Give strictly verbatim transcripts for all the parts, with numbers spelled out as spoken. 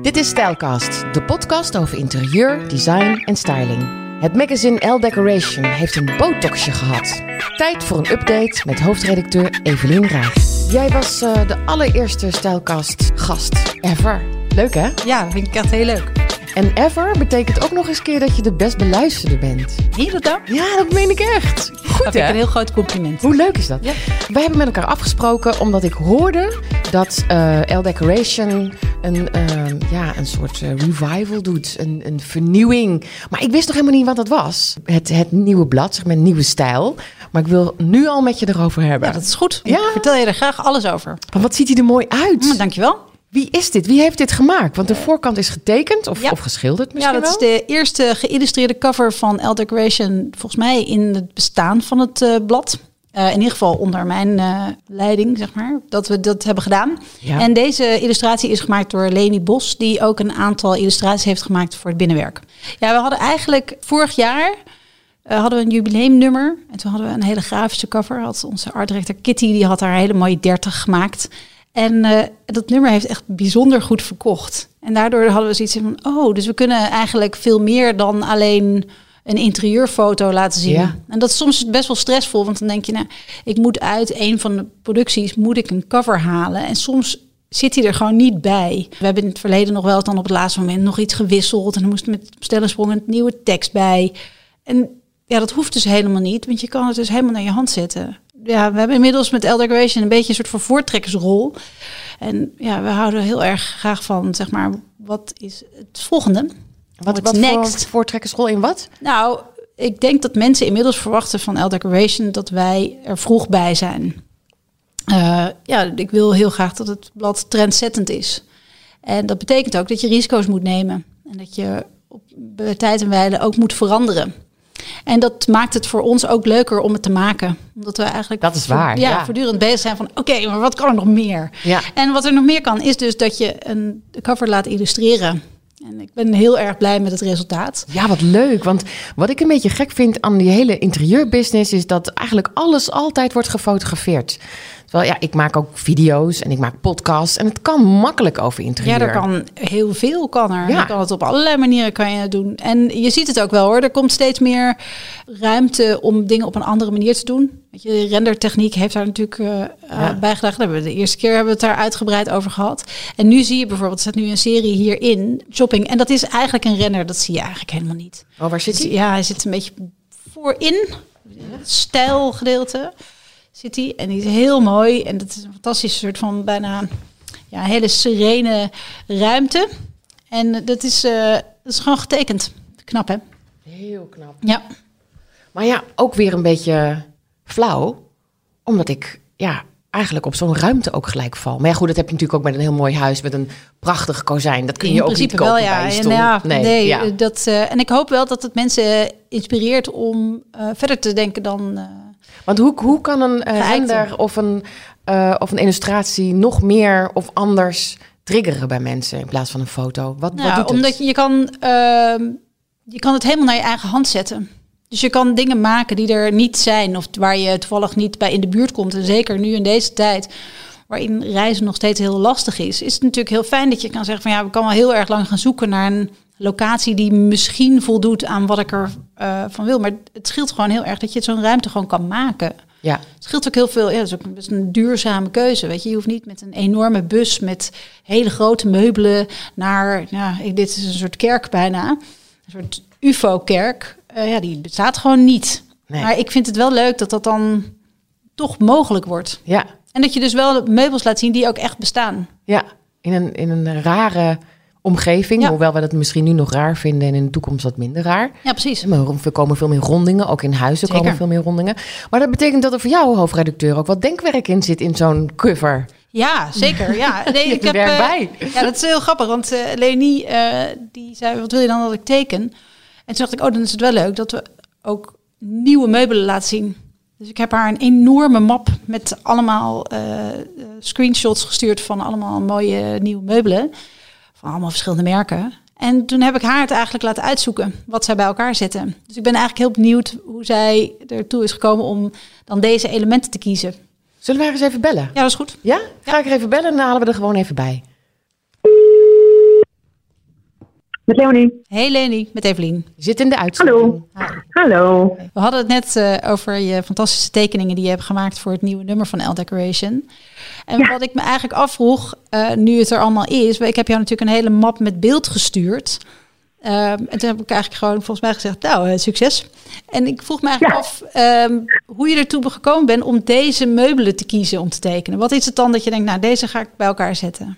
Dit is Stijlcast, de podcast over interieur, design en styling. Het magazine Elle Decoration heeft een botoxje gehad. Tijd voor een update met hoofdredacteur Evelien Raag. Jij was uh, de allereerste Stijlcast gast ever. Leuk hè? Ja, vind ik echt heel leuk. En ever betekent ook nog eens keer dat je de best beluisterde bent. Meen je dat dan? Ja, dat meen ik echt. Goed, dat vind hè? ik een heel groot compliment. Hoe leuk is dat? Ja. Wij hebben met elkaar afgesproken omdat ik hoorde dat uh, Elle Decoration een, uh, ja, een soort uh, revival doet. Een, een vernieuwing. Maar ik wist nog helemaal niet wat dat was. Het, het nieuwe blad, zeg maar, een nieuwe stijl. Maar ik wil nu al met je erover hebben. Ja, dat is goed. Ja? Ik vertel je er graag alles over. Maar wat ziet hij er mooi uit? Mm, dankjewel. Wie is dit? Wie heeft dit gemaakt? Want de voorkant is getekend of, ja. of geschilderd misschien Ja, dat wel? is de eerste geïllustreerde cover van Elle Decoration, volgens mij in het bestaan van het uh, blad. Uh, in ieder geval onder mijn uh, leiding, zeg maar, dat we dat hebben gedaan. Ja. En deze illustratie is gemaakt door Leni Bos, die ook een aantal illustraties heeft gemaakt voor het binnenwerk. Ja, we hadden eigenlijk vorig jaar uh, hadden we een jubileumnummer. En toen hadden we een hele grafische cover. Had onze art director Kitty, die had daar een hele mooie dertig gemaakt. En uh, dat nummer heeft echt bijzonder goed verkocht. En daardoor hadden we zoiets van, oh, dus we kunnen eigenlijk veel meer dan alleen een interieurfoto laten zien. Ja. En dat is soms best wel stressvol, want dan denk je, nou, ik moet uit een van de producties, moet ik een cover halen. En soms zit hij er gewoon niet bij. We hebben in het verleden nog wel eens dan op het laatste moment nog iets gewisseld. En dan moest met stellensprong een nieuwe tekst bij. En ja, dat hoeft dus helemaal niet, want je kan het dus helemaal naar je hand zetten. Ja, we hebben inmiddels met Elle Decoration een beetje een soort van voortrekkersrol. En ja, we houden heel erg graag van, zeg maar, wat is het volgende? Wat, What's wat next? voor voortrekkersrol in wat? Nou, ik denk dat mensen inmiddels verwachten van Elle Decoration dat wij er vroeg bij zijn. Uh, ja, ik wil heel graag dat het blad trendzettend is. En dat betekent ook dat je risico's moet nemen. En dat je op bij tijd en wijle ook moet veranderen. En dat maakt het voor ons ook leuker om het te maken. Omdat we eigenlijk Dat is waar, ja, ja. voortdurend bezig zijn van, oké, okay, maar wat kan er nog meer? Ja. En wat er nog meer kan, is dus dat je een cover laat illustreren. En ik ben heel erg blij met het resultaat. Ja, wat leuk. Want wat ik een beetje gek vind aan die hele interieurbusiness is dat eigenlijk alles altijd wordt gefotografeerd. Terwijl ja, ik maak ook video's en ik maak podcasts en het kan makkelijk over interieur. Ja, er kan heel veel kan er. Ja. Je kan het op allerlei manieren kan je het doen. En je ziet het ook wel hoor. Er komt steeds meer ruimte om dingen op een andere manier te doen. Weet je, de rendertechniek heeft daar natuurlijk uh, Ja. bijgedragen. Daar hebben we de eerste keer hebben we het daar uitgebreid over gehad. En nu zie je bijvoorbeeld, er staat nu een serie hierin, shopping. En dat is eigenlijk een render. Dat zie je eigenlijk helemaal niet. Oh, waar zit hij? Ja, hij zit een beetje voorin. Het stijlgedeelte zit hij. En die is heel mooi. En dat is een fantastische soort van bijna ja, een hele serene ruimte. En dat is, uh, dat is gewoon getekend. Knap, hè? Heel knap. Ja. Maar ja, ook weer een beetje flauw. Omdat ik ja, eigenlijk op zo'n ruimte ook gelijk val. Maar ja, goed, dat heb je natuurlijk ook met een heel mooi huis met een prachtig kozijn. Dat kun je In ook niet principe kopen wel, ja. bij je En stoel. ja, nee, nee, ja. dat, uh, en ik hoop wel dat het mensen inspireert om uh, verder te denken dan... Uh, Want hoe, hoe kan een uh, Geëikte. render of een, uh, of een illustratie nog meer of anders triggeren bij mensen in plaats van een foto? Wat, nou, wat doet omdat het? je, je kan uh, je kan het helemaal naar je eigen hand zetten. Dus je kan dingen maken die er niet zijn of waar je toevallig niet bij in de buurt komt. En zeker nu in deze tijd, waarin reizen nog steeds heel lastig is, is het natuurlijk heel fijn dat je kan zeggen van ja, we kan wel heel erg lang gaan zoeken naar een locatie die misschien voldoet aan wat ik er uh, van wil. Maar het scheelt gewoon heel erg dat je zo'n ruimte gewoon kan maken. Ja. Het scheelt ook heel veel. Ja, dat is ook best een duurzame keuze. Weet je, je hoeft niet met een enorme bus met hele grote meubelen naar. Ja, dit is een soort kerk bijna, een soort U F O-kerk. Uh, ja, die bestaat gewoon niet. Nee. Maar ik vind het wel leuk dat dat dan toch mogelijk wordt. Ja. En dat je dus wel meubels laat zien die ook echt bestaan. Ja, in een, in een rare omgeving. Ja. Hoewel we dat misschien nu nog raar vinden en in de toekomst wat minder raar. Ja, precies. Maar er komen veel meer rondingen, ook in huizen Zeker. komen veel meer rondingen. Maar dat betekent dat er voor jou, hoofdredacteur, ook wat denkwerk in zit in zo'n cover. Ja, zeker. Ja, nee, Je ik heb werk uh, bij. Ja, dat is heel grappig, want uh, Leonie uh, die zei: wat wil je dan dat ik teken? En toen dacht ik: oh, dan is het wel leuk dat we ook nieuwe meubelen laten zien. Dus ik heb haar een enorme map met allemaal uh, screenshots gestuurd van allemaal mooie nieuwe meubelen van allemaal verschillende merken. En toen heb ik haar het eigenlijk laten uitzoeken wat zij bij elkaar zetten. Dus ik ben eigenlijk heel benieuwd hoe zij ertoe is gekomen om dan deze elementen te kiezen. Zullen we haar eens even bellen? Ja, dat is goed. Ja? Ga ik er even bellen en dan halen we er gewoon even bij. Met Leonie. Hey Leni, met Evelien. Je zit in de uitzending. Hallo. Hi. Hallo. We hadden het net uh, over je fantastische tekeningen die je hebt gemaakt voor het nieuwe nummer van Elle Decoration. En ja. wat ik me eigenlijk afvroeg, uh, nu het er allemaal is, ik heb jou natuurlijk een hele map met beeld gestuurd. Uh, en toen heb ik eigenlijk gewoon volgens mij gezegd, nou, uh, succes. En ik vroeg me eigenlijk ja. af um, hoe je ertoe gekomen bent om deze meubelen te kiezen om te tekenen. Wat is het dan dat je denkt, nou, deze ga ik bij elkaar zetten?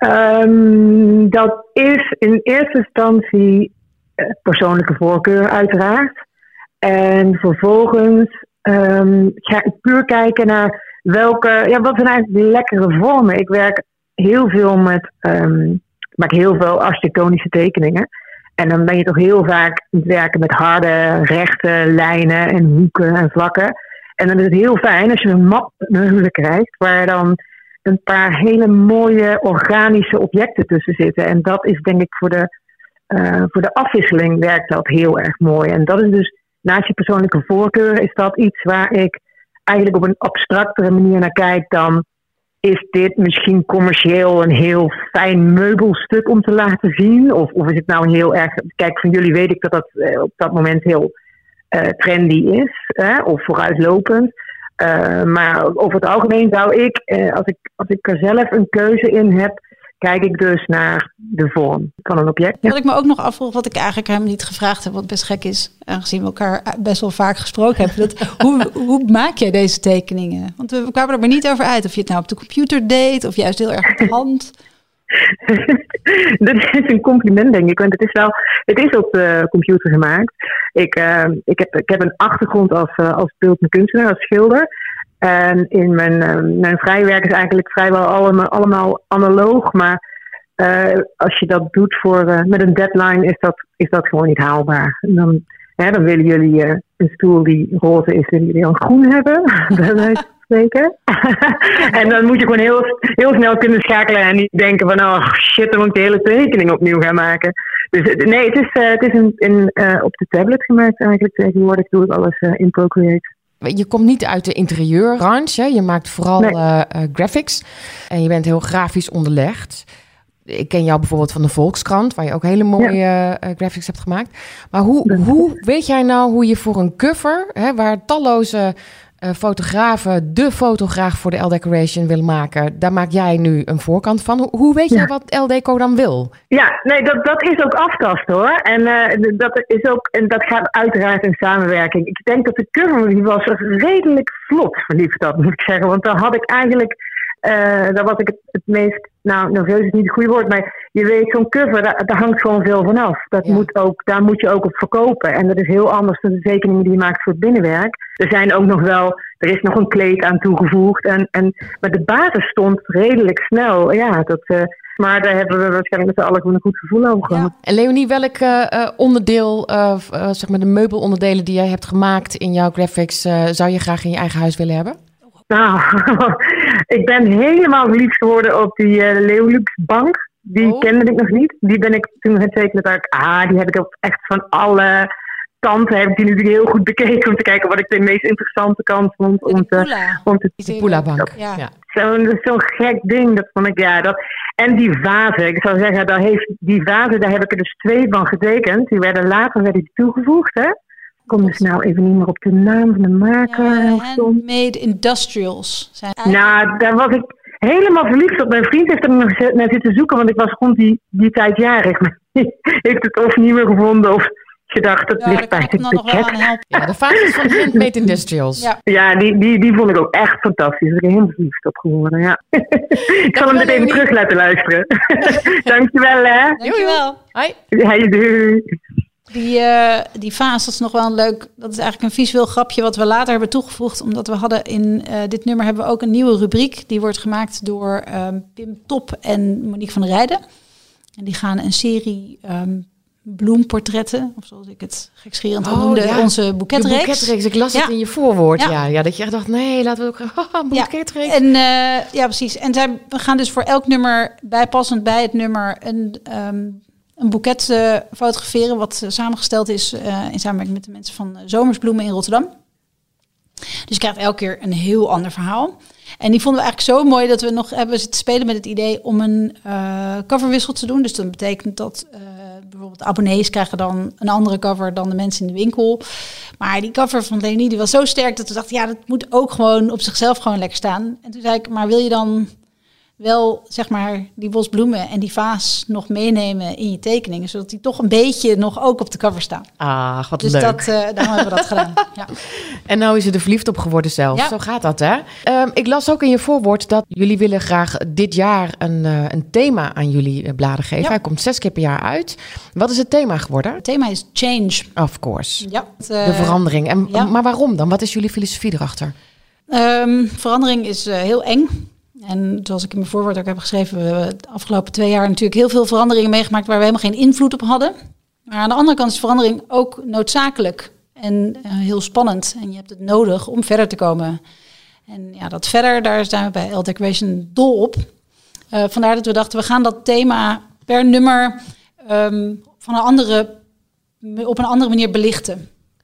Um, dat is in eerste instantie uh, persoonlijke voorkeur uiteraard. En vervolgens um, ga ik puur kijken naar welke, ja, wat zijn eigenlijk de lekkere vormen. Ik werk heel veel met, um, ik maak heel veel architectonische tekeningen. En dan ben je toch heel vaak aan het werken met harde, rechte lijnen en hoeken en vlakken. En dan is het heel fijn als je een map meubelen krijgt waar dan een paar hele mooie organische objecten tussen zitten. En dat is denk ik voor de, uh, voor de afwisseling werkt dat heel erg mooi. En dat is dus, naast je persoonlijke voorkeur, is dat iets waar ik eigenlijk op een abstractere manier naar kijk dan is dit misschien commercieel een heel fijn meubelstuk om te laten zien? Of, of is het nou heel erg... Kijk, van jullie weet ik dat dat uh, op dat moment heel uh, trendy is. Hè, of vooruitlopend. Uh, maar over het algemeen zou ik, uh, als ik, als ik er zelf een keuze in heb, kijk ik dus naar de vorm van een object. Ja. Wat ik me ook nog afvroeg, wat ik eigenlijk helemaal niet gevraagd heb, wat best gek is, aangezien we elkaar best wel vaak gesproken hebben. Dat, hoe, hoe maak jij deze tekeningen? Want we kwamen er maar niet over uit of je het nou op de computer deed of juist heel erg met de hand. Dat is een compliment, denk ik. Want het is wel, het is op de computer gemaakt. Ik, uh, ik, heb, ik heb een achtergrond als, uh, als beeldend kunstenaar, als schilder. En in mijn, uh, mijn vrije werk is eigenlijk vrijwel allemaal, allemaal analoog. Maar uh, als je dat doet voor, uh, met een deadline, is dat, is dat gewoon niet haalbaar. En dan, hè, dan willen jullie uh, een stoel die roze is, willen jullie dan groen hebben. Bij wijze van spreken. En dan moet je gewoon heel, heel snel kunnen schakelen en niet denken van, oh shit, dan moet ik de hele tekening opnieuw gaan maken. Dus nee, het is, uh, het is een, een, uh, op de tablet gemaakt eigenlijk tegenwoordig. Doe ik alles uh, in Procreate. Je komt niet uit de interieurbranche. Je maakt vooral nee. uh, uh, graphics. En je bent heel grafisch onderlegd. Ik ken jou bijvoorbeeld van de Volkskrant, waar je ook hele mooie ja. uh, graphics hebt gemaakt. Maar hoe, hoe weet jij nou hoe je voor een cover, hè, waar talloze uh, fotografen de fotograaf voor de Elle Decoration willen maken, daar maak jij nu een voorkant van. Hoe, hoe weet ja. jij wat Elle Deco dan wil? Ja, nee, dat, dat is ook aftasten hoor. En uh, dat is ook, en dat gaat uiteraard in samenwerking. Ik denk dat de cover die was redelijk vlot verliefd, dat moet ik zeggen. Want daar had ik eigenlijk, uh, daar was ik het, het meest, nou, nerveus is niet het goede woord, maar je weet, zo'n cover, daar, daar hangt gewoon veel vanaf. Dat ja. moet ook, daar moet je ook op verkopen. En dat is heel anders dan de tekeningen die je maakt voor het binnenwerk. Er zijn ook nog wel, er is nog een kleed aan toegevoegd. En, en, maar de basis stond redelijk snel. Ja, dat, uh, maar daar hebben we waarschijnlijk met z'n allen gewoon een goed gevoel over gehad. Ja. En Leonie, welk uh, onderdeel, uh, uh, zeg maar de meubelonderdelen die jij hebt gemaakt in jouw graphics, uh, zou je graag in je eigen huis willen hebben? Nou, ik ben helemaal verliefd geworden op die uh, Leolux bank. Die oh. kende ik nog niet. Die ben ik toen het tekenen dat ik, ah, die heb ik ook echt van alle kanten heb ik die natuurlijk heel goed bekeken om te kijken wat ik de meest interessante kant vond. Om te, om te, de Pula-bank. Ja. Ja. Zo'n zo'n gek ding, dat vond ik, ja. Dat, en die vazen, ik zou zeggen, daar heeft, die vazen, daar heb ik er dus twee van getekend. Die werden later werden die toegevoegd, hè. Ik kom dus nou even niet meer op de naam van de maker. Ja, Handmade Industrials. Zijn nou, daar was ik helemaal verliefd op. Mijn vriend heeft er nog naar zitten zoeken, want ik was rond die, die tijd jarig. Maar die heeft het of niet meer gevonden of gedacht, dat ja, ligt bij het pakket. Ja, de vaas van Handmade Industrials. Ja, ja die, die, die vond ik ook echt fantastisch. Daar ben ik helemaal verliefd op geworden, ja. Ik zal hem dit even terug laten luisteren. Dankjewel, hè. Dankjewel. Hoi. Hey, doei. Die, uh, die vaas, dat is nog wel een leuk, dat is eigenlijk een visueel grapje wat we later hebben toegevoegd. Omdat we hadden in uh, dit nummer hebben we ook een nieuwe rubriek. Die wordt gemaakt door um, Pim Top en Monique van der Rijden. En die gaan een serie um, bloemportretten, of zoals ik het gekscherend oh, noemde, ja. onze boeketreeks. De boeketreeks, ik las ja. het in je voorwoord. Ja. Ja, ja, dat je echt dacht, nee, laten we ook een boeketreeks. Ja. En, uh, ja, precies. En zij, we gaan dus voor elk nummer, bijpassend bij het nummer, een... Um, een boeket uh, fotograferen wat uh, samengesteld is uh, in samenwerking met de mensen van uh, Zomersbloemen in Rotterdam. Dus je krijgt elke keer een heel ander verhaal. En die vonden we eigenlijk zo mooi dat we nog hebben zitten spelen met het idee om een uh, coverwissel te doen. Dus dat betekent dat uh, bijvoorbeeld abonnees krijgen dan een andere cover dan de mensen in de winkel. Maar die cover van Leonie die was zo sterk dat we dachten, ja, dat moet ook gewoon op zichzelf gewoon lekker staan. En toen zei ik, maar wil je dan wel, zeg maar, die bos bloemen en die vaas nog meenemen in je tekeningen, zodat die toch een beetje nog ook op de cover staan. Ah, wat dus leuk. Dus uh, daarom hebben we dat gedaan. Ja. En nou is ze er verliefd op geworden zelf. Ja. Zo gaat dat, hè? Um, ik las ook in je voorwoord dat jullie willen graag dit jaar een, uh, een thema aan jullie uh, bladen geven. Ja. Hij komt zes keer per jaar uit. Wat is het thema geworden? Het thema is change. Of course. Ja. Het, uh, de verandering. En, ja. Maar waarom dan? Wat is jullie filosofie erachter? Um, verandering is uh, heel eng. En zoals ik in mijn voorwoord ook heb geschreven, we hebben de afgelopen twee jaar natuurlijk heel veel veranderingen meegemaakt waar we helemaal geen invloed op hadden. Maar aan de andere kant is verandering ook noodzakelijk en uh, heel spannend. En je hebt het nodig om verder te komen. En ja, dat verder, daar zijn we bij Elle Decoration dol op. Uh, vandaar dat we dachten, we gaan dat thema per nummer um, van een andere, op een andere manier belichten.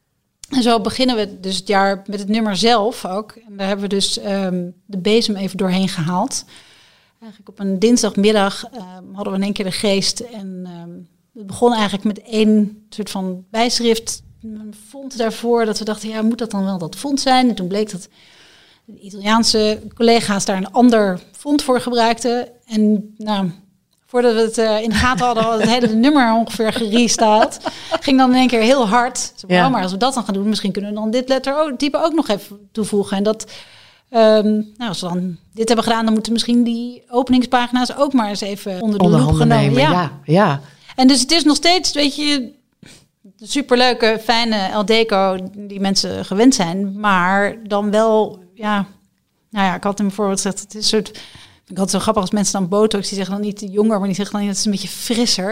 En zo beginnen we dus het jaar met het nummer zelf ook. En daar hebben we dus um, de bezem even doorheen gehaald. Eigenlijk op een dinsdagmiddag um, hadden we in één keer de geest. En um, het begon eigenlijk met één soort van bijschrift. Een font daarvoor dat we dachten, ja, moet dat dan wel dat font zijn? En toen bleek dat de Italiaanse collega's daar een ander font voor gebruikten. En nou, voordat we het uh, in de gaten hadden, hadden het hele nummer ongeveer gerestyled. Ging dan in één keer heel hard. Zo, ja. Maar als we dat dan gaan doen, misschien kunnen we dan dit letter ook, type ook nog even toevoegen. En dat, um, nou, als we dan dit hebben gedaan, dan moeten misschien die openingspagina's ook maar eens even onder de onder loep genomen. Nemen, ja. Ja, ja. En dus het is nog steeds, weet je, de superleuke, fijne Elle Deco die mensen gewend zijn, maar dan wel, ja, nou ja, ik had in mijn voorbeeld gezegd, het is een soort. Ik had het zo grappig als mensen dan botox, die zeggen dan niet jonger, maar die zeggen dan dat het is een beetje frisser.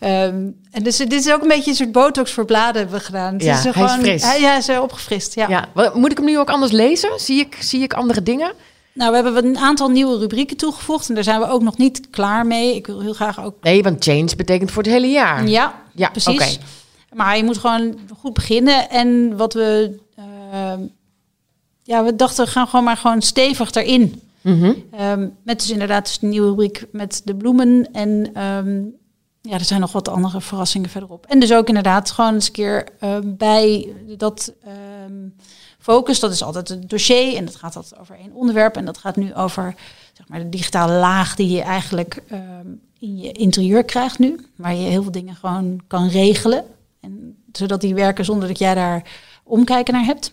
Um, en dus dit is ook een beetje een soort botox voor bladen hebben we gedaan. Het ja, is hij gewoon, is fris. Hij, ja, is opgefrist. Ja. Ja. Moet ik hem nu ook anders lezen? Zie ik, zie ik andere dingen? Nou, we hebben een aantal nieuwe rubrieken toegevoegd en daar zijn we ook nog niet klaar mee. Ik wil heel graag ook. Nee, want change betekent voor het hele jaar. Ja, ja precies. Okay. Maar je moet gewoon goed beginnen. En wat we, uh, ja, we dachten, we gaan gewoon maar gewoon stevig erin. Mm-hmm. Um, met dus inderdaad dus de nieuwe rubriek met de bloemen. En um, ja, er zijn nog wat andere verrassingen verderop. En dus ook inderdaad gewoon eens een keer uh, bij dat um, focus. Dat is altijd het dossier en dat gaat altijd over één onderwerp. En dat gaat nu over zeg maar, de digitale laag die je eigenlijk um, in je interieur krijgt nu. Waar je heel veel dingen gewoon kan regelen. En, zodat die werken zonder dat jij daar omkijken naar hebt.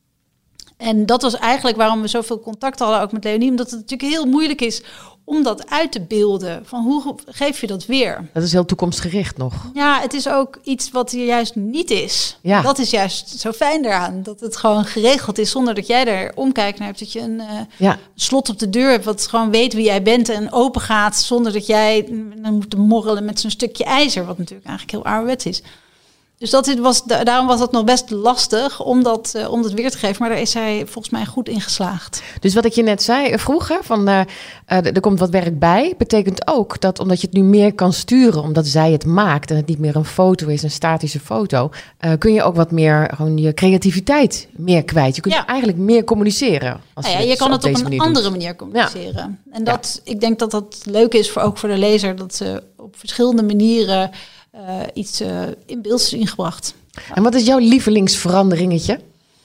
En dat was eigenlijk waarom we zoveel contact hadden ook met Leonie. Omdat het natuurlijk heel moeilijk is om dat uit te beelden. Van hoe geef je dat weer? Dat is heel toekomstgericht nog. Ja, het is ook iets wat er juist niet is. Ja. Dat is juist zo fijn daaraan. Dat het gewoon geregeld is zonder dat jij er omkijkt naar hebt. Dat je een uh, ja. slot op de deur hebt wat gewoon weet wie jij bent en open gaat. Zonder dat jij dan moet morrelen met zo'n stukje ijzer. Wat natuurlijk eigenlijk heel ouderwets is. Dus dat was, daarom was het nog best lastig om dat, uh, om dat weer te geven. Maar daar is hij volgens mij goed in geslaagd. Dus wat ik je net zei, vroeg, hè, van uh, uh, er komt wat werk bij. Betekent ook dat omdat je het nu meer kan sturen, omdat zij het maakt en het niet meer een foto is, een statische foto, uh, kun je ook wat meer gewoon je creativiteit meer kwijt. Je kunt ja. eigenlijk meer communiceren. Als nou ja, je, je kan het op, op een manier andere doet. manier communiceren. Ja. En dat, ja. ik denk dat dat leuk is voor ook voor de lezer, dat ze op verschillende manieren Uh, iets uh, in beeld is ingebracht. En wat is jouw lievelingsveranderingetje?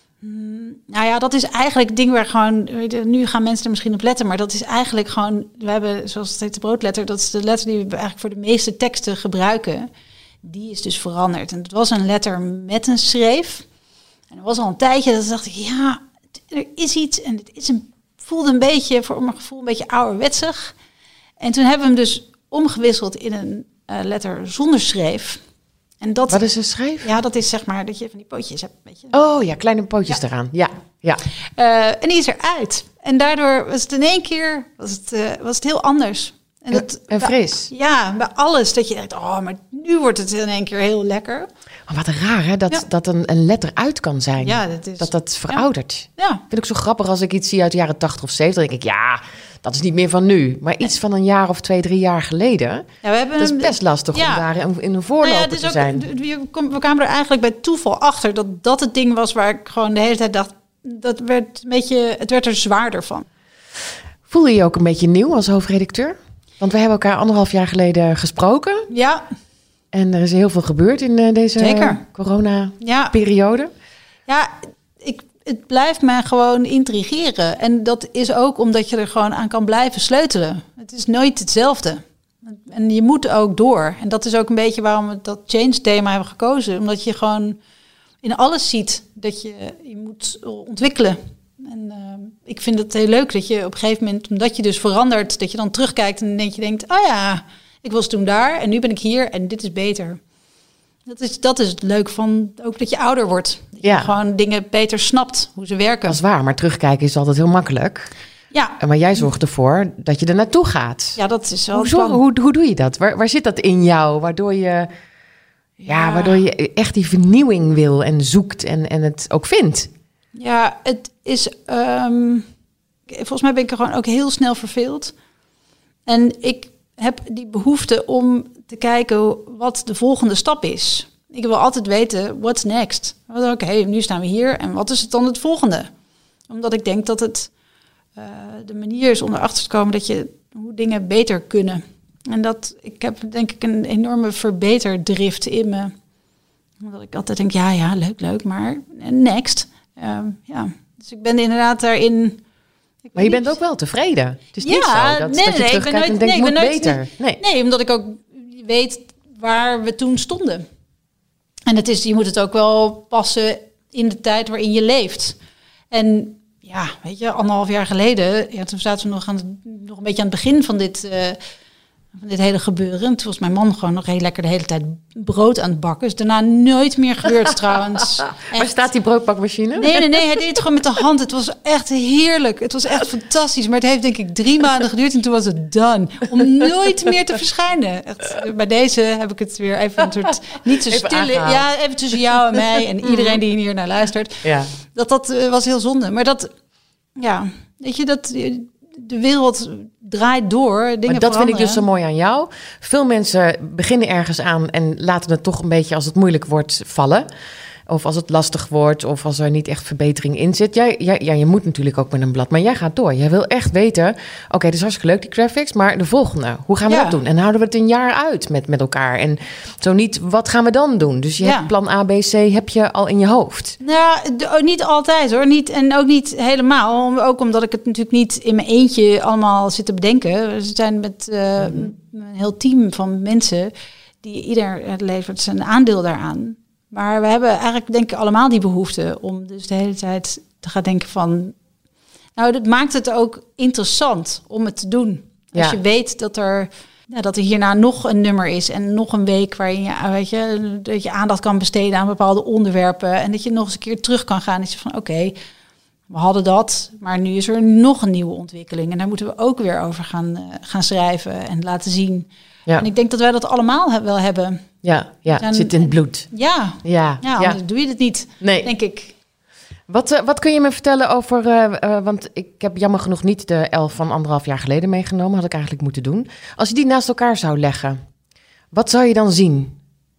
Mm, nou ja, dat is eigenlijk het ding waar gewoon, weet je, nu gaan mensen er misschien op letten, maar dat is eigenlijk gewoon, we hebben, zoals het heet, de broodletter, dat is de letter die we eigenlijk voor de meeste teksten gebruiken. Die is dus veranderd. En het was een letter met een schreef. En er was al een tijdje dat dacht ik, ja, er is iets en het is een, voelde een beetje, voor mijn gevoel, een beetje ouderwetsig. En toen hebben we hem dus omgewisseld in een Uh, letter zonder schreef. En dat, wat is een schreef? Ja, dat is zeg maar dat je van die pootjes hebt. Weet je. Oh ja, kleine pootjes ja. eraan. Ja, ja. Uh, en die is eruit. En daardoor was het in één keer was het, uh, was het heel anders. En, dat, en fris. Bij, ja, bij alles. Dat je denkt, oh, maar nu wordt het in één keer heel lekker. Maar wat raar, hè? Dat, ja. dat een, een letter uit kan zijn. Ja, dat is... Dat dat veroudert. Ja. Vind ik zo grappig als ik iets zie uit de jaren tachtig of zeventig. Dan denk ik, ja, dat is niet meer van nu. Maar iets van een jaar of twee, drie jaar geleden. Ja, we hebben dat is best lastig ja. om daar in een voorloper nou ja, het is te ook, zijn. We kwamen er eigenlijk bij toeval achter dat dat het ding was waar ik gewoon de hele tijd dacht, dat werd een beetje, het werd er zwaarder van. Voel je je ook een beetje nieuw als hoofdredacteur? Want we hebben elkaar anderhalf jaar geleden gesproken. Ja. En er is heel veel gebeurd in uh, deze Zeker. corona-periode. Ja, ja ik, het blijft mij gewoon intrigeren. En dat is ook omdat je er gewoon aan kan blijven sleutelen. Het is nooit hetzelfde. En je moet ook door. En dat is ook een beetje waarom we dat change-thema hebben gekozen. Omdat je gewoon in alles ziet dat je je moet ontwikkelen. En uh, ik vind het heel leuk dat je op een gegeven moment, omdat je dus verandert, dat je dan terugkijkt en dan denk je denkt, oh ja, ik was toen daar en nu ben ik hier en dit is beter. Dat is, dat is het leuk van ook dat je ouder wordt. Dat ja. je gewoon dingen beter snapt, hoe ze werken. Dat is waar, maar terugkijken is altijd heel makkelijk. Ja. Maar jij zorgt ervoor dat je er naartoe gaat. Ja, dat is wel hoe, zorg, hoe, hoe doe je dat? Waar, waar zit dat in jou? Waardoor je, ja. Ja, waardoor je echt die vernieuwing wil en zoekt en, en het ook vindt. Ja, het is... Um, volgens mij ben ik er gewoon ook heel snel verveeld. En ik heb die behoefte om te kijken wat de volgende stap is. Ik wil altijd weten, what's next? Oké, okay, nu staan we hier en wat is het dan het volgende? Omdat ik denk dat het uh, de manier is om erachter te komen dat je hoe dingen beter kunnen. En dat ik heb denk ik een enorme verbeterdrift in me. Omdat ik altijd denk, ja, ja, leuk, leuk, maar next. Uh, ja, dus ik ben inderdaad daarin. Maar je bent ook wel tevreden. Het is ja, niet zo dat, nee, dat je nee, terugkijkt nooit, en denkt, nee, moet nooit, beter. Nee. nee, omdat ik ook weet waar we toen stonden. En het is, je moet het ook wel passen in de tijd waarin je leeft. En ja, weet je, anderhalf jaar geleden, ja, toen zaten we nog, aan, nog een beetje aan het begin van dit, uh, van dit hele gebeuren. En toen was mijn man gewoon nog heel lekker de hele tijd brood aan het bakken. Is daarna nooit meer gebeurd trouwens. Waar staat die broodbakmachine? Nee, nee, nee, hij deed het gewoon met de hand. Het was echt heerlijk. Het was echt fantastisch. Maar het heeft denk ik drie maanden geduurd en toen was het done. Om nooit meer te verschijnen. Echt, bij deze heb ik het weer even een soort niet zo stille. Ja, even tussen jou en mij en iedereen die hier naar luistert. Ja. Dat dat uh, was heel zonde. Maar dat, ja, weet je, dat de wereld draait door. Dingen maar dat veranderen. vind ik dus zo mooi aan jou. Veel mensen beginnen ergens aan en laten het toch een beetje, als het moeilijk wordt, vallen. Of als het lastig wordt, of als er niet echt verbetering in zit. Jij, jij, ja, je moet natuurlijk ook met een blad, maar jij gaat door. Jij wil echt weten, oké, okay, dat is hartstikke leuk, die graphics, maar de volgende, hoe gaan we ja. dat doen? En houden we het een jaar uit met, met elkaar? En zo niet, wat gaan we dan doen? Dus je ja. hebt plan A, B, C, heb je al in je hoofd? Nou, de, niet altijd hoor. Niet, en ook niet helemaal. Ook omdat ik het natuurlijk niet in mijn eentje allemaal zit te bedenken. We zijn met uh, mm-hmm. een heel team van mensen die ieder levert zijn aandeel daaraan. Maar we hebben eigenlijk denk ik allemaal die behoefte om dus de hele tijd te gaan denken van, nou, dat maakt het ook interessant om het te doen. Als ja. je weet dat er, ja, dat er hierna nog een nummer is en nog een week waarin je, weet je, dat je aandacht kan besteden aan bepaalde onderwerpen en dat je nog eens een keer terug kan gaan en je van, oké, okay, we hadden dat, maar nu is er nog een nieuwe ontwikkeling en daar moeten we ook weer over gaan, uh, gaan schrijven en laten zien. Ja. En ik denk dat wij dat allemaal he- wel hebben. Ja, ja zijn, het zit in het bloed. Ja, ja, ja anders ja. doe je het niet, nee. denk ik. Wat, uh, wat kun je me vertellen over, uh, uh, want ik heb jammer genoeg niet de elf van anderhalf jaar geleden meegenomen. Had ik eigenlijk moeten doen. Als je die naast elkaar zou leggen, wat zou je dan zien?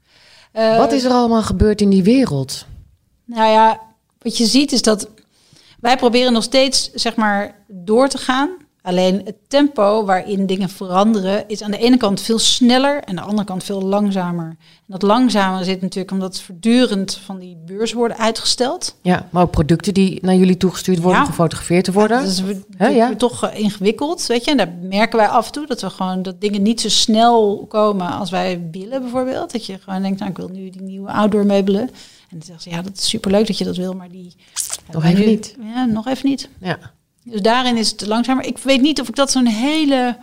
Uh, wat is er allemaal gebeurd in die wereld? Nou ja, wat je ziet is dat wij proberen nog steeds, zeg maar, door te gaan. Alleen het tempo waarin dingen veranderen is aan de ene kant veel sneller en aan de andere kant veel langzamer. En dat langzamer zit natuurlijk omdat voortdurend van die beurs worden uitgesteld. Ja, maar ook producten die naar jullie toegestuurd worden, ja. gefotografeerd te worden. Ja, dat is He, ja. toch ingewikkeld, weet je. En daar merken wij af en toe dat we gewoon dat dingen niet zo snel komen als wij willen, bijvoorbeeld. Dat je gewoon denkt, nou, ik wil nu die nieuwe outdoor meubelen. En dan zeggen ze, ja, dat is superleuk dat je dat wil, maar die nog even nu, niet. Ja, nog even niet. Ja. Dus daarin is het langzamer. Ik weet niet of ik dat zo'n hele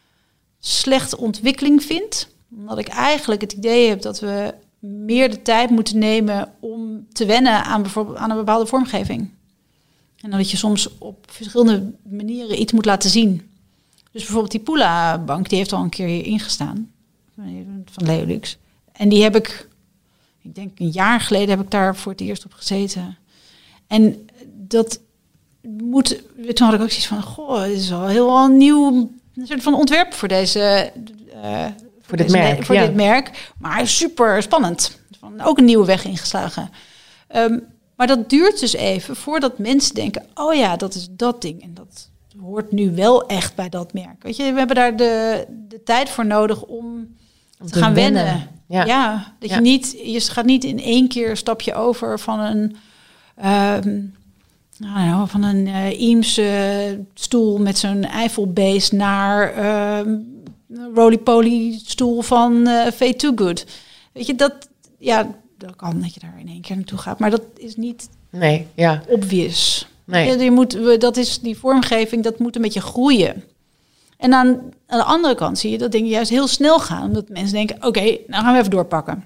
slechte ontwikkeling vind. Omdat ik eigenlijk het idee heb dat we meer de tijd moeten nemen om te wennen aan bijvoorbeeld aan een bepaalde vormgeving. En dat je soms op verschillende manieren iets moet laten zien. Dus bijvoorbeeld die Pula-bank, die heeft al een keer hier ingestaan. Van Leolux. En die heb ik, ik denk een jaar geleden heb ik daar voor het eerst op gezeten. En dat moet, toen had ik ook zoiets van, goh, dit is wel heel een nieuw een soort van ontwerp voor deze, uh, voor, voor dit deze, merk, voor ja. dit merk, maar super spannend. Van, ook een nieuwe weg ingeslagen. Um, maar dat duurt dus even voordat mensen denken, oh ja, dat is dat ding en dat hoort nu wel echt bij dat merk. Weet je, we hebben daar de, de tijd voor nodig om te, te gaan wennen. wennen. Ja. ja, dat ja. je niet, je gaat niet in één keer een stapje over van een, um, nou, van een uh, Eames uh, stoel met zo'n Eiffelbeest naar um, een roly-poly stoel van uh, Fade Too Good. Weet je, dat, ja, dat kan dat je daar in één keer naartoe gaat, maar dat is niet nee, ja. obvious. Nee. Je, je moet, dat is die vormgeving, dat moet een beetje groeien. En aan, aan de andere kant zie je dat dingen juist heel snel gaan. Omdat mensen denken, oké, okay, nou gaan we even doorpakken.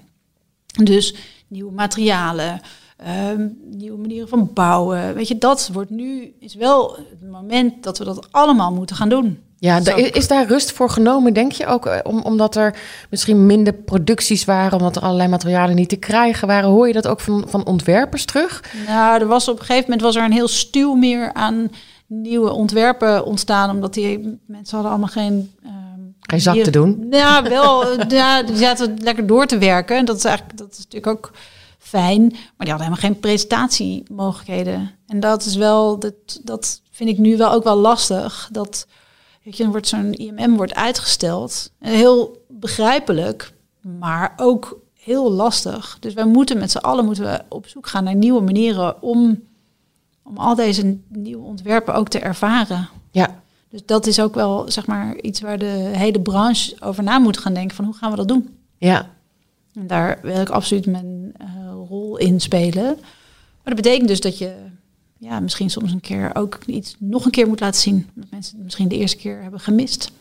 Dus nieuwe materialen, um, nieuwe manieren van bouwen. Weet je, dat wordt nu, is wel het moment dat we dat allemaal moeten gaan doen. Ja, da- is daar rust voor genomen, denk je ook? Om, omdat er misschien minder producties waren, omdat er allerlei materialen niet te krijgen waren. Hoor je dat ook van, van ontwerpers terug? Nou, er was op een gegeven moment was er een heel stuw meer aan nieuwe ontwerpen ontstaan, omdat die mensen hadden allemaal geen... Um, geen zak te doen? Ja, wel. ja, die zaten lekker door te werken. Dat is eigenlijk, dat is natuurlijk ook fijn. Maar die hadden helemaal geen presentatiemogelijkheden. En dat is wel, dat, dat vind ik nu wel ook wel lastig. Dat, weet je, dan wordt zo'n I M M wordt uitgesteld. Heel begrijpelijk, maar ook heel lastig. Dus wij moeten met z'n allen moeten we op zoek gaan naar nieuwe manieren om... om al deze nieuwe ontwerpen ook te ervaren. Ja. Dus dat is ook wel, zeg maar, iets waar de hele branche over na moet gaan denken. Van hoe gaan we dat doen? Ja. En daar wil ik absoluut mijn uh, rol in spelen. Maar dat betekent dus dat je ja, misschien soms een keer ook iets nog een keer moet laten zien. Dat mensen het misschien de eerste keer hebben gemist.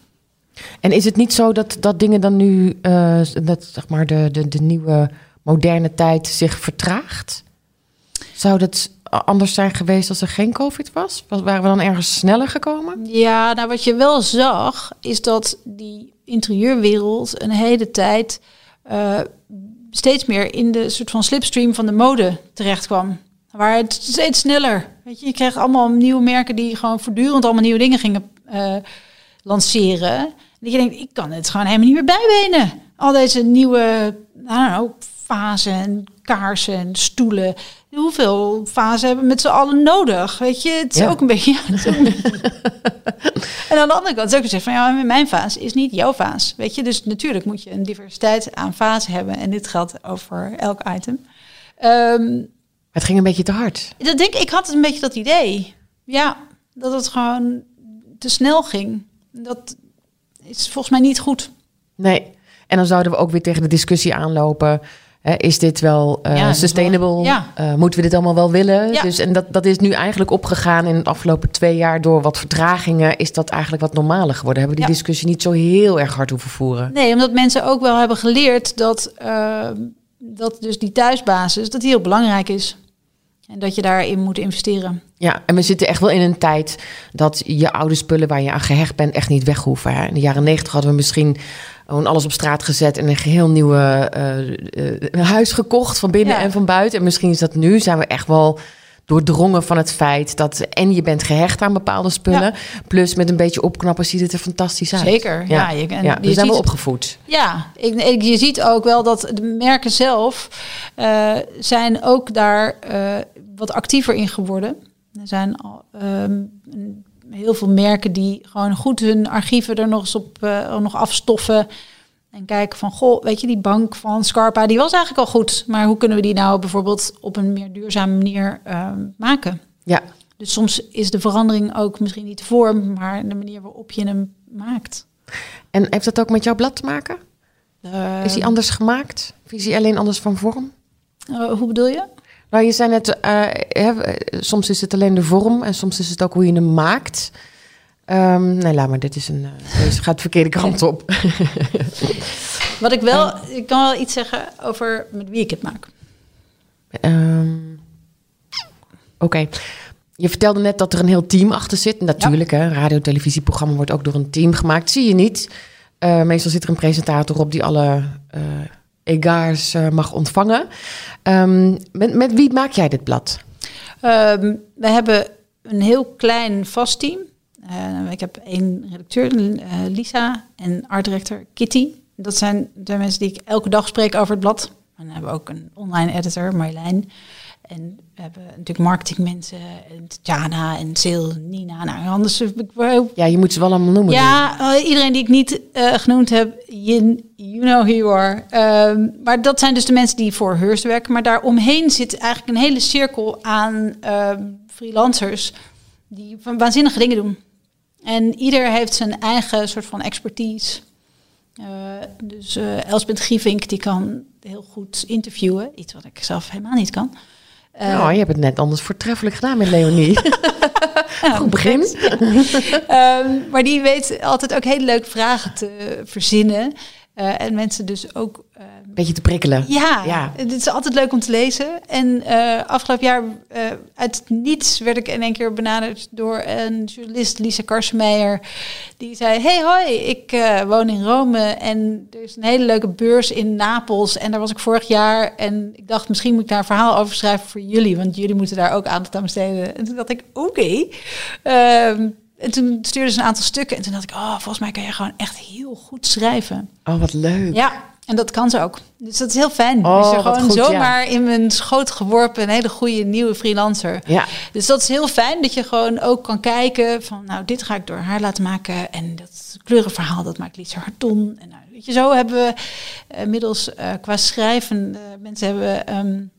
En is het niet zo dat, dat dingen dan nu, uh, dat zeg maar de, de, de nieuwe moderne tijd zich vertraagt? Zou dat anders zijn geweest als er geen COVID was? Waren we dan ergens sneller gekomen? Ja, nou wat je wel zag, is dat die interieurwereld een hele tijd uh, steeds meer in de soort van slipstream van de mode terecht kwam. Waar het steeds sneller. Weet je, je kreeg allemaal nieuwe merken die gewoon voortdurend allemaal nieuwe dingen gingen uh, lanceren. En dat je denkt, ik kan het gewoon helemaal niet meer bijbenen. Al deze nieuwe, nou, vazen en kaarsen en stoelen. Hoeveel vazen hebben we met z'n allen nodig? Weet je, het is ja. ook een beetje... Ja, het is ook een beetje... En aan de andere kant is ook gezegd van... ja, mijn vaas is niet jouw vaas. Weet je, dus natuurlijk moet je een diversiteit aan vazen hebben. En dit geldt over elk item. Um, het ging een beetje te hard. Dat denk ik, ik had een beetje dat idee. Ja, dat het gewoon te snel ging. Dat is volgens mij niet goed. Nee, en dan zouden we ook weer tegen de discussie aanlopen... He, is dit wel uh, ja, sustainable? Wel, ja. uh, moeten we dit allemaal wel willen? Ja. Dus, en dat, dat is nu eigenlijk opgegaan in de afgelopen twee jaar... door wat vertragingen is dat eigenlijk wat normaler geworden. Hebben we die ja. discussie niet zo heel erg hard hoeven voeren? Nee, omdat mensen ook wel hebben geleerd dat, uh, dat dus die thuisbasis... dat die heel belangrijk is. En dat je daarin moet investeren. Ja, en we zitten echt wel in een tijd... dat je oude spullen waar je aan gehecht bent echt niet weg hoeven. Hè? In de jaren negentig hadden we misschien... gewoon alles op straat gezet en een geheel nieuwe uh, uh, huis gekocht van binnen ja. en van buiten. En misschien is dat nu, zijn we echt wel doordrongen van het feit dat en je bent gehecht aan bepaalde spullen, ja. plus met een beetje opknappen ziet het er fantastisch uit. Zeker, ja. ja, je, en ja je we zijn ziet, wel opgevoed. Ja, ik, ik, je ziet ook wel dat de merken zelf uh, zijn ook daar uh, wat actiever in geworden. Er zijn al um, heel veel merken die gewoon goed hun archieven er nog eens op uh, nog afstoffen. En kijken van, goh, weet je, die bank van Scarpa, die was eigenlijk al goed. Maar hoe kunnen we die nou bijvoorbeeld op een meer duurzame manier uh, maken? Ja. Dus soms is de verandering ook misschien niet de vorm, maar de manier waarop je hem maakt. En heeft dat ook met jouw blad te maken? Uh, is die anders gemaakt? Of is die alleen anders van vorm? Uh, hoe bedoel je? Nou, je zei net, uh, hè, soms is het alleen de vorm en soms is het ook hoe je hem maakt. Um, nee, laat maar, dit is een, uh, deze gaat de verkeerde kant op. Wat ik wel, um, ik kan wel iets zeggen over met wie ik het maak. Um, Oké. Okay. Je vertelde net dat er een heel team achter zit. Natuurlijk, ja. hè, een radio-televisieprogramma wordt ook door een team gemaakt. Zie je niet. Uh, meestal zit er een presentator op die alle uh, egaars uh, mag ontvangen. Um, met, met wie maak jij dit blad? Um, we hebben een heel klein vast team. Uh, ik heb één redacteur, uh, Lisa, en artdirector Kitty. Dat zijn de mensen die ik elke dag spreek over het blad. En dan hebben we ook een online editor, Marjolein. En we hebben natuurlijk marketingmensen, en Tatjana en Sil, Nina. Nou, anders... Ja, je moet ze wel allemaal noemen. Ja, uh, iedereen die ik niet uh, genoemd heb, you, you know who you are. Um, maar dat zijn dus de mensen die voor Hearst werken. Maar daaromheen zit eigenlijk een hele cirkel aan uh, freelancers die van waanzinnige dingen doen. En ieder heeft zijn eigen soort van expertise. Uh, dus uh, Elspeth Gievink, die kan heel goed interviewen. Iets wat ik zelf helemaal niet kan. Uh, nou, je hebt het net anders voortreffelijk gedaan met Leonie. Ja, goed begin. um, maar die weet altijd ook hele leuke vragen te verzinnen. Uh, en mensen dus ook... Uh, een beetje te prikkelen. Ja, ja, het is altijd leuk om te lezen. En uh, afgelopen jaar uh, uit niets werd ik in één keer benaderd door een journalist, Lisa Karsemeijer. Die zei, hey hoi, ik uh, woon in Rome en er is een hele leuke beurs in Napels. En daar was ik vorig jaar en ik dacht, misschien moet ik daar een verhaal over schrijven voor jullie. Want jullie moeten daar ook aandacht aan besteden. En toen dacht ik, oké. Okay. Um, En toen stuurde ze een aantal stukken. En toen dacht ik, oh, volgens mij kan je gewoon echt heel goed schrijven. Oh, wat leuk. Ja, en dat kan ze ook. Dus dat is heel fijn. Oh, dus je gewoon goed, zomaar ja. in mijn schoot geworpen. Een hele goede nieuwe freelancer. Ja. Dus dat is heel fijn dat je gewoon ook kan kijken van... nou, dit ga ik door haar laten maken. En dat kleurenverhaal, dat maakt Lisa Harton. En nou, weet je, zo hebben we uh, inmiddels uh, qua schrijven... Uh, mensen hebben um,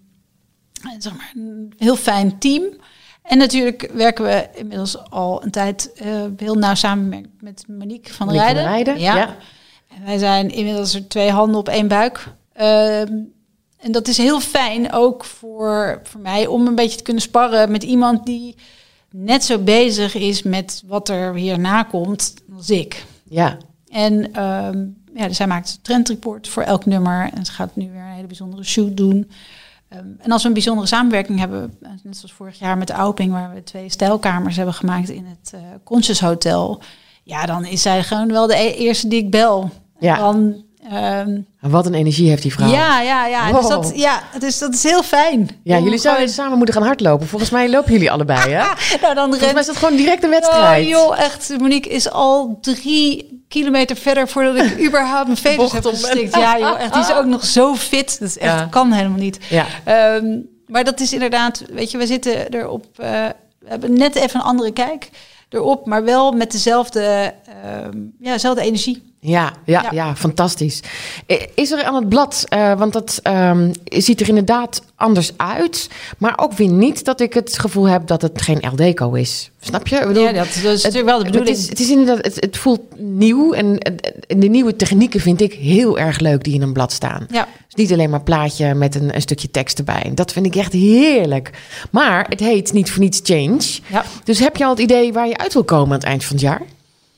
zeg maar een heel fijn team... En natuurlijk werken we inmiddels al een tijd uh, heel nauw samen met Monique van Monique Rijden. Van Rijden, ja. ja. En wij zijn inmiddels er twee handen op één buik. Uh, en dat is heel fijn ook voor, voor mij om een beetje te kunnen sparren met iemand die net zo bezig is met wat er hierna komt als ik. Ja. En um, ja, dus zij maakt een trendreport voor elk nummer en ze gaat nu weer een hele bijzondere shoot doen. Um, en als we een bijzondere samenwerking hebben, net zoals vorig jaar met de Auping, waar we twee stijlkamers hebben gemaakt in het uh, Conscious Hotel, ja, dan is zij gewoon wel de e- eerste die ik bel. Ja. Dan, um, Wat een energie heeft die vrouw. ja, ja, ja. Wow. Dus dat, ja, dus dat is heel fijn. Ja, Om jullie zouden gewoon... samen moeten gaan hardlopen. Volgens mij lopen jullie allebei, hè? nou, dan Volgens mij is dat gewoon direct een wedstrijd. Oh, joh, echt. Monique is al drie kilometer verder voordat ik überhaupt mijn veters heb gestikt. Ja, joh, echt. Die is ook nog zo fit. Dat is echt, Ja. kan helemaal niet. Ja. Um, maar dat is inderdaad, weet je, we zitten erop, uh, we hebben net even een andere kijk erop, maar wel met dezelfde, um, ja, dezelfde energie. Ja, ja, ja, Ja. fantastisch. Is er aan het blad, uh, want dat um, ziet er inderdaad anders uit, maar ook weer niet dat ik het gevoel heb dat het geen L D-co is. Snap je? Ik bedoel, Ja, dat, dat is natuurlijk wel de bedoeling. Het is, het is inderdaad, het, het voelt nieuw en, en de nieuwe technieken vind ik heel erg leuk die in een blad staan. Ja. Dus niet alleen maar plaatje met een, een stukje tekst erbij. En dat vind ik echt heerlijk. Maar het heet niet voor niets Change. Ja. Dus heb je al het idee waar je uit wil komen aan het eind van het jaar?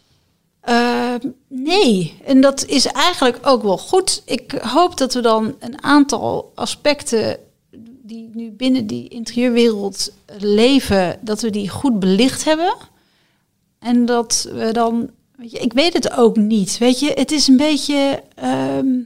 Uh, nee, en dat is eigenlijk ook wel goed. Ik hoop dat we dan een aantal aspecten die nu binnen die interieurwereld leven, dat we die goed belicht hebben. En dat we dan, weet je, ik weet het ook niet. Weet je, het is een beetje um,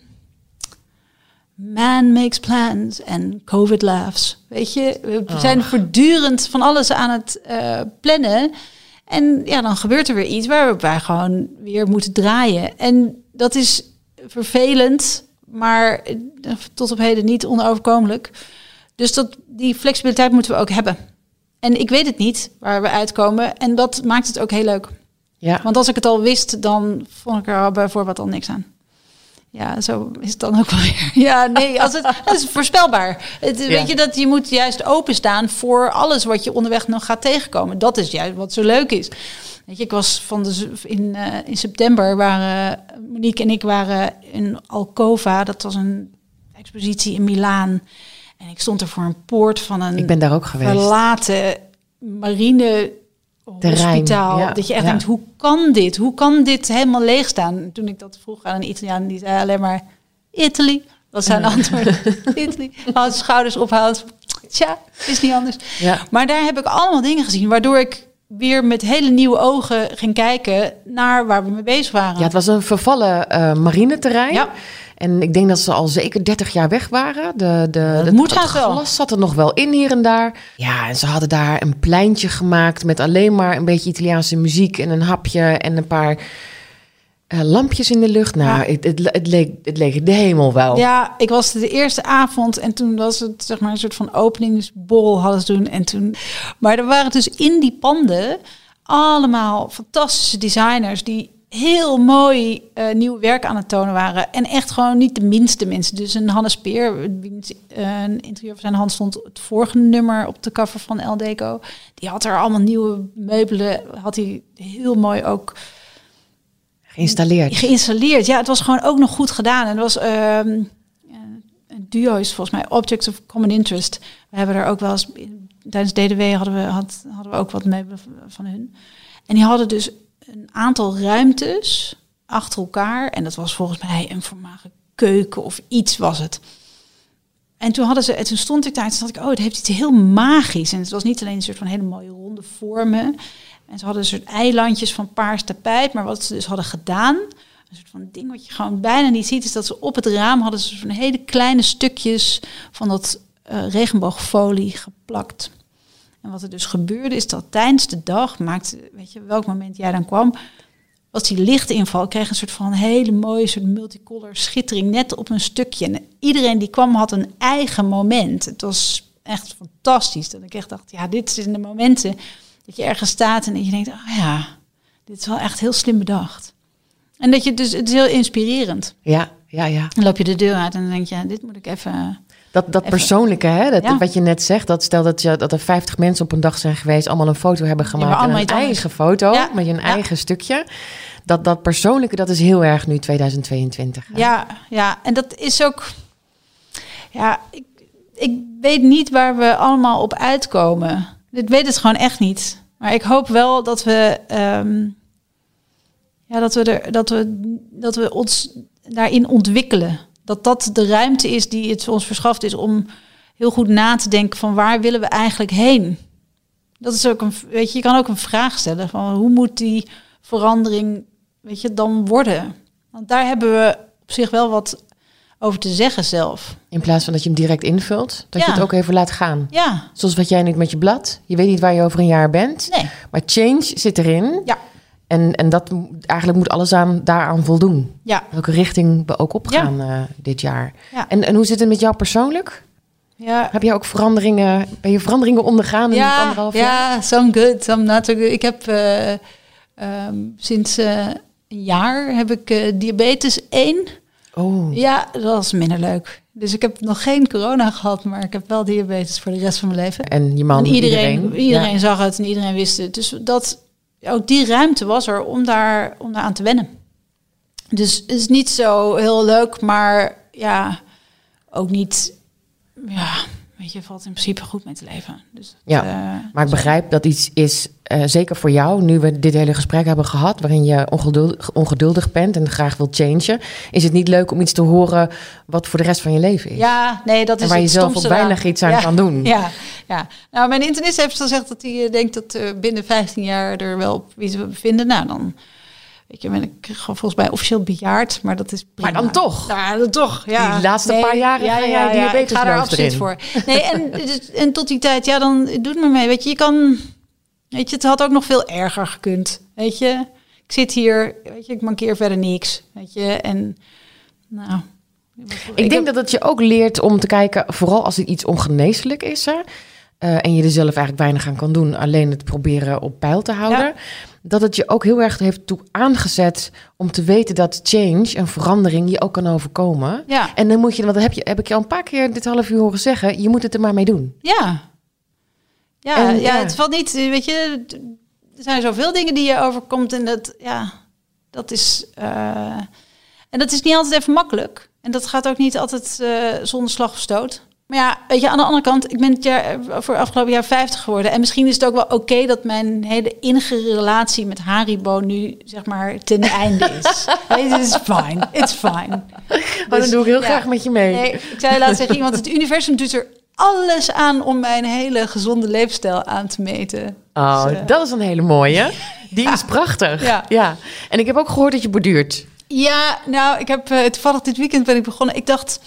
man makes plans en COVID laughs. Weet je, we Oh. zijn voortdurend van alles aan het uh, plannen. En ja, dan gebeurt er weer iets waar wij gewoon weer moeten draaien. En dat is vervelend, maar tot op heden niet onoverkomelijk. Dus dat, die flexibiliteit moeten we ook hebben. En ik weet het niet waar we uitkomen. En dat maakt het ook heel leuk. Ja. Want als ik het al wist, dan vond ik er bijvoorbeeld al niks aan. Ja, zo is het dan ook wel weer. Ja, nee, als het, het is voorspelbaar. Het, Ja. Weet je, dat je moet juist openstaan voor alles wat je onderweg nog gaat tegenkomen. Dat is juist wat zo leuk is. Weet je, ik was van de in, uh, in september waren Monique en ik waren in Alcova. Dat was een expositie in Milaan. En ik stond er voor een poort van een Ik ben daar ook geweest. verlaten marine hospitaal. Ja, dat je echt ja. denkt, hoe kan dit? Hoe kan dit helemaal leeg staan? Toen ik dat vroeg aan een Italiaan, die zei alleen maar Italy. Dat zijn antwoord. Italy. Haal schouders ophaalt. Tja, is niet anders. Ja. Maar daar heb ik allemaal dingen gezien, waardoor ik weer met hele nieuwe ogen ging kijken naar waar we mee bezig waren. Ja, het was een vervallen uh, marineterrein. Ja. En ik denk dat ze al zeker dertig jaar weg waren. De, de, Dat de, moet het haast wel. glas zat er nog wel in hier en daar. Ja, en ze hadden daar een pleintje gemaakt met alleen maar een beetje Italiaanse muziek en een hapje en een paar Uh, lampjes in de lucht. Nou, Ja. het, het, het, leek, het leek de hemel wel. Ja, ik was de eerste avond en toen was het zeg maar een soort van openingsborrel hadden ze doen. En toen, maar er waren dus in die panden allemaal fantastische designers die heel mooi uh, nieuw werk aan het tonen waren. En echt gewoon niet de minste mensen. Dus een Hannes Peer, wiens uh, een interieur van zijn hand stond het vorige nummer op de cover van El Deco. Die had er allemaal nieuwe meubelen, had hij heel mooi ook Geïnstalleerd. geïnstalleerd. Ja, het was gewoon ook nog goed gedaan. En het was um, een duo is volgens mij Objects of Common Interest. We hebben er ook wel eens tijdens D D W hadden we had, hadden we ook wat meubelen van hun. En die hadden dus een aantal ruimtes achter elkaar. En dat was volgens mij een voormalige keuken of iets was het. En toen hadden ze, en toen stond ik daar en toen dacht ik, oh, het heeft iets heel magisch. En het was niet alleen een soort van hele mooie ronde vormen. En ze hadden een soort eilandjes van paars tapijt. Maar wat ze dus hadden gedaan, een soort van ding wat je gewoon bijna niet ziet, is dat ze op het raam hadden ze van hele kleine stukjes van dat uh, regenboogfolie geplakt. En wat er dus gebeurde is dat tijdens de dag, maakte, weet je, welk moment jij dan kwam, was die lichtinval, kreeg een soort van hele mooie soort multicolor schittering net op een stukje. En iedereen die kwam had een eigen moment. Het was echt fantastisch. Dat ik echt dacht, ja, dit zijn de momenten dat je ergens staat en dat je denkt, oh ja, dit is wel echt heel slim bedacht. En dat je dus, het is heel inspirerend. Ja, ja, ja. Dan loop je de deur uit en dan denk je, ja, dit moet ik even. Dat, dat Even. persoonlijke, hè? Dat, Ja. wat je net zegt, dat stel dat, je, dat er vijftig mensen op een dag zijn geweest, allemaal een foto hebben gemaakt, maar en allemaal een iets anders. eigen foto Ja. met een Ja. eigen stukje. Dat, dat persoonlijke, dat is heel erg nu tweeduizend tweeëntwintig. Hè? Ja, ja, en dat is ook. Ja, ik, ik weet niet waar we allemaal op uitkomen. Ik weet het gewoon echt niet. Maar ik hoop wel dat we. Um, ja, dat we, er, dat, we, dat we ons daarin ontwikkelen. Dat dat de ruimte is die het ons verschaft is om heel goed na te denken van waar willen we eigenlijk heen. Dat is ook een, weet je, je kan ook een vraag stellen van hoe moet die verandering, weet je, dan worden? Want daar hebben we op zich wel wat over te zeggen zelf. In plaats van dat je hem direct invult, dat Ja. je het ook even laat gaan. Ja, Zoals wat jij nu met je blad. Je weet niet waar je over een jaar bent. nee. Maar change zit erin. Ja, En, en dat mo- eigenlijk moet alles aan, daaraan voldoen. ja, Welke richting we ook opgaan eh, dit jaar. ja. En, en hoe zit het met jou persoonlijk? Ja, Heb jij ook veranderingen, ben je veranderingen ondergaan in het ja, anderhalf jaar? ja, some good, some not so good. Ik heb uh, um, sinds uh, een jaar heb ik uh, diabetes één. Oh, Ja, dat was minder leuk. Dus ik heb nog geen corona gehad, maar ik heb wel diabetes voor de rest van mijn leven. en je man, En iedereen, iedereen. iedereen Ja. zag het en iedereen wist het. Dus dat, ook die ruimte was er om daar, om daar aan te wennen. Dus het is niet zo heel leuk, maar ja, ook niet, ja, weet je, valt in principe goed mee te leven. Dus dat, Ja, uh, Maar ik begrijp dat iets is, uh, zeker voor jou, nu we dit hele gesprek hebben gehad, waarin je ongeduldig, ongeduldig bent en graag wilt changen, is het niet leuk om iets te horen wat voor de rest van je leven is. Ja, nee, dat is en waar je het zelf ook stomste weinig eraan. iets aan Ja, kan doen. Ja, ja. Nou, mijn internist heeft gezegd dat hij uh, denkt dat uh, binnen vijftien jaar er wel op wie ze we bevinden. Nou, dan weet je, ben ik gewoon volgens mij officieel bejaard, maar dat is prima. Maar dan toch? Nou, dan toch, ja. Die laatste paar jaren ga jij diabetesloos ik ga er absoluut erin. voor. Nee, en, dus- en tot die tijd, ja, dan doe het maar mee. Weet je, je kan, weet je, het had ook nog veel erger gekund. Weet je, ik zit hier, weet je, ik mankeer verder niks. Weet je, en nou. Ik denk dat het je ook leert om te kijken, vooral als het iets ongeneeslijk is, hè, uh, en je er zelf eigenlijk weinig aan kan doen, alleen het proberen op peil te houden. Ja. Dat het je ook heel erg heeft toe aangezet om te weten dat change, een verandering, je ook kan overkomen. Ja. En dan moet je, want dat heb, je, heb ik je al een paar keer dit half uur horen zeggen, je moet het er maar mee doen. Ja. Ja, En, ja, ja. het valt niet, weet je, er zijn zoveel dingen die je overkomt en dat, ja, dat is, uh, en dat is niet altijd even makkelijk. En dat gaat ook niet altijd uh, zonder slag of stoot. Maar ja, weet je, aan de andere kant, ik ben het jaar, voor afgelopen jaar vijftig geworden. En misschien is het ook wel oké okay dat mijn hele innige relatie met Haribo nu, zeg maar, ten einde is. Het is fine, it's fine. Maar dan doe ik heel ja. graag met je mee. Nee, ik zei laatst tegen iemand, het universum doet er alles aan om mijn hele gezonde leefstijl aan te meten. Oh, dus, uh, dat is een hele mooie. Die ja. is prachtig. Ja. ja. En ik heb ook gehoord dat je borduurt. Ja, nou, ik heb uh, toevallig dit weekend ben ik begonnen. Ik dacht,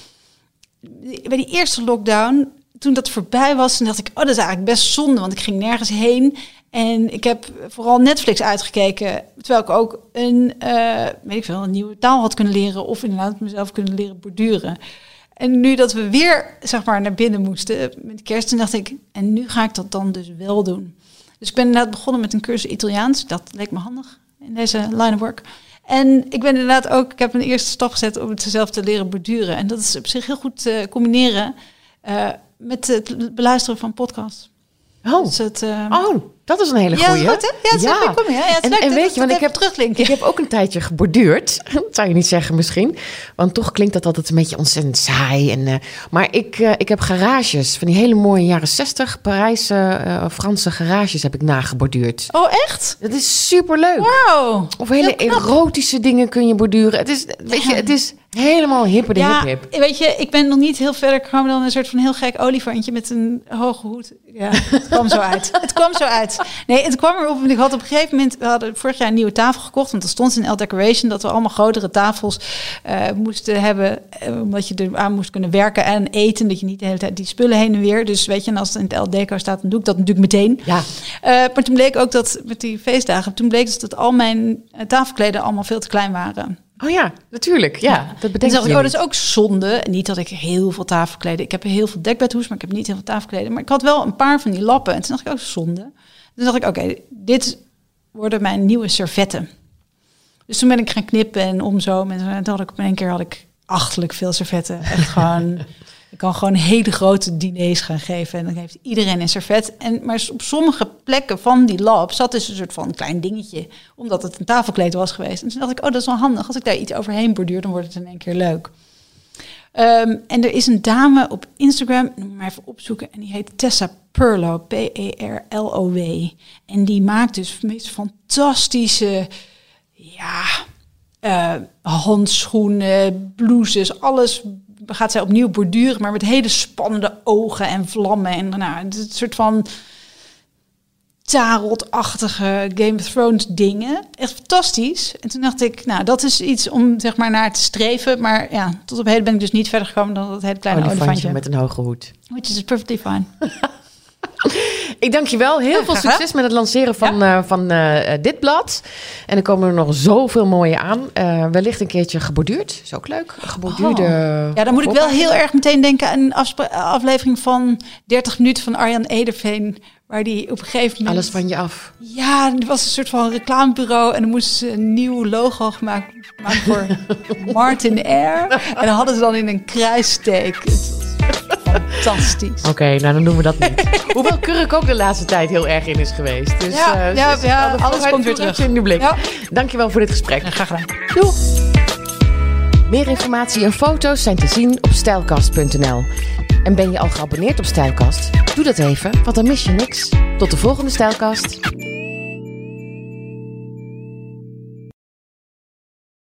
bij die eerste lockdown, toen dat voorbij was, toen dacht ik, oh, dat is eigenlijk best zonde, want ik ging nergens heen. En ik heb vooral Netflix uitgekeken, terwijl ik ook een, uh, weet ik veel, een nieuwe taal had kunnen leren of inderdaad mezelf kunnen leren borduren. En nu dat we weer, zeg maar, naar binnen moesten met kerst, toen dacht ik, en nu ga ik dat dan dus wel doen. Dus ik ben inderdaad begonnen met een cursus Italiaans. Dat leek me handig in deze line of work. En ik ben inderdaad ook, ik heb een eerste stap gezet om het zelf te leren borduren. En dat is op zich heel goed te uh, combineren uh, met het beluisteren van podcasts. Oh, dus het, uh, oh dat is een hele goeie. Ja, goed, hè? Ja, het is ja. Kom, ja. Ja, het is en, leuk en weet je, want ik heb, teruglinken. ik heb ook een tijdje geborduurd. Dat zou je niet zeggen misschien. Want toch klinkt dat altijd een beetje ontzettend saai. En, uh, maar ik, uh, ik heb garages, van die hele mooie jaren zestig Parijse, uh, Franse garages heb ik nageborduurd. Oh, echt? Dat is superleuk. Wauw. Of hele erotische dingen kun je borduren. Het is, weet je, het is helemaal hippe de ja, hip hip. Weet je, ik ben nog niet heel verder gekomen dan een soort van heel gek olifantje met een hoge hoed. Ja, het kwam zo uit. Het kwam zo uit. Nee, het kwam erop, want ik had op een gegeven moment, we hadden vorig jaar een nieuwe tafel gekocht, want er stond in L Decoration dat we allemaal grotere tafels uh, moesten hebben, uh, omdat je er aan moest kunnen werken en eten, dat je niet de hele tijd die spullen heen en weer. Dus weet je, en als het in het L Deco staat, dan doe ik dat natuurlijk meteen. Ja. Uh, maar toen bleek ook dat, met die feestdagen, toen bleek dus dat al mijn uh, tafelkleden allemaal veel te klein waren. Oh ja, natuurlijk. Ja, ja. Dat bedenk ik. Oh, dat is ook zonde. Niet dat ik heel veel tafelkleden... Ik heb heel veel dekbedhoes, maar ik heb niet heel veel tafelkleden. Maar ik had wel een paar van die lappen. En toen dacht ik, oh, zonde. Toen dacht ik, oké, okay, dit worden mijn nieuwe servetten. Dus toen ben ik gaan knippen en om zo. En toen had ik op een keer had ik achterlijk veel servetten. Echt gewoon... Ik kan gewoon hele grote diners gaan geven. En dan heeft iedereen een servet. En, maar op sommige plekken van die lab zat dus een soort van klein dingetje. Omdat het een tafelkleed was geweest. En toen dacht ik, oh, dat is wel handig. Als ik daar iets overheen borduur, dan wordt het in één keer leuk. Um, en er is een dame op Instagram, ik moet maar even opzoeken. En die heet Tessa Perlo, P E R L O W. En die maakt dus meest fantastische, ja, uh, handschoenen, blouses, alles gaat zij opnieuw borduren, maar met hele spannende ogen en vlammen. En nou, het soort van tarotachtige Game of Thrones dingen. Echt fantastisch. En toen dacht ik, nou, dat is iets om zeg maar naar te streven. Maar ja, tot op heden ben ik dus niet verder gekomen dan dat hele kleine olifantje. olifantje met een hoge hoed. Which is perfectly fine. Ik dank je wel. Heel ja, veel succes met het lanceren van, ja. uh, van uh, dit blad. En er komen er nog zoveel mooie aan. Uh, wellicht een keertje geborduurd. Is ook leuk. Geborduurde. Oh. Ja, dan moet ik wel heel erg meteen denken aan een afspe- aflevering van dertig minuten van Arjan Ederveen. Waar die op een gegeven moment... Alles van je af. Ja, er was een soort van reclamebureau. En dan moesten ze een nieuw logo gemaakt maken voor Martin Air. En dan hadden ze dan in een kruissteek. Fantastisch. Oké, okay, nou dan doen we dat niet. Hoewel Kurk ook de laatste tijd heel erg in is geweest. Dus, ja, uh, ja, dus ja alles komt weer terug. In de blik. Ja. Dankjewel voor dit gesprek. Ja, graag gedaan. Doei. Meer informatie en foto's zijn te zien op stijlkast punt n l. En ben je al geabonneerd op Stijlkast? Doe dat even, want dan mis je niks. Tot de volgende Stijlkast.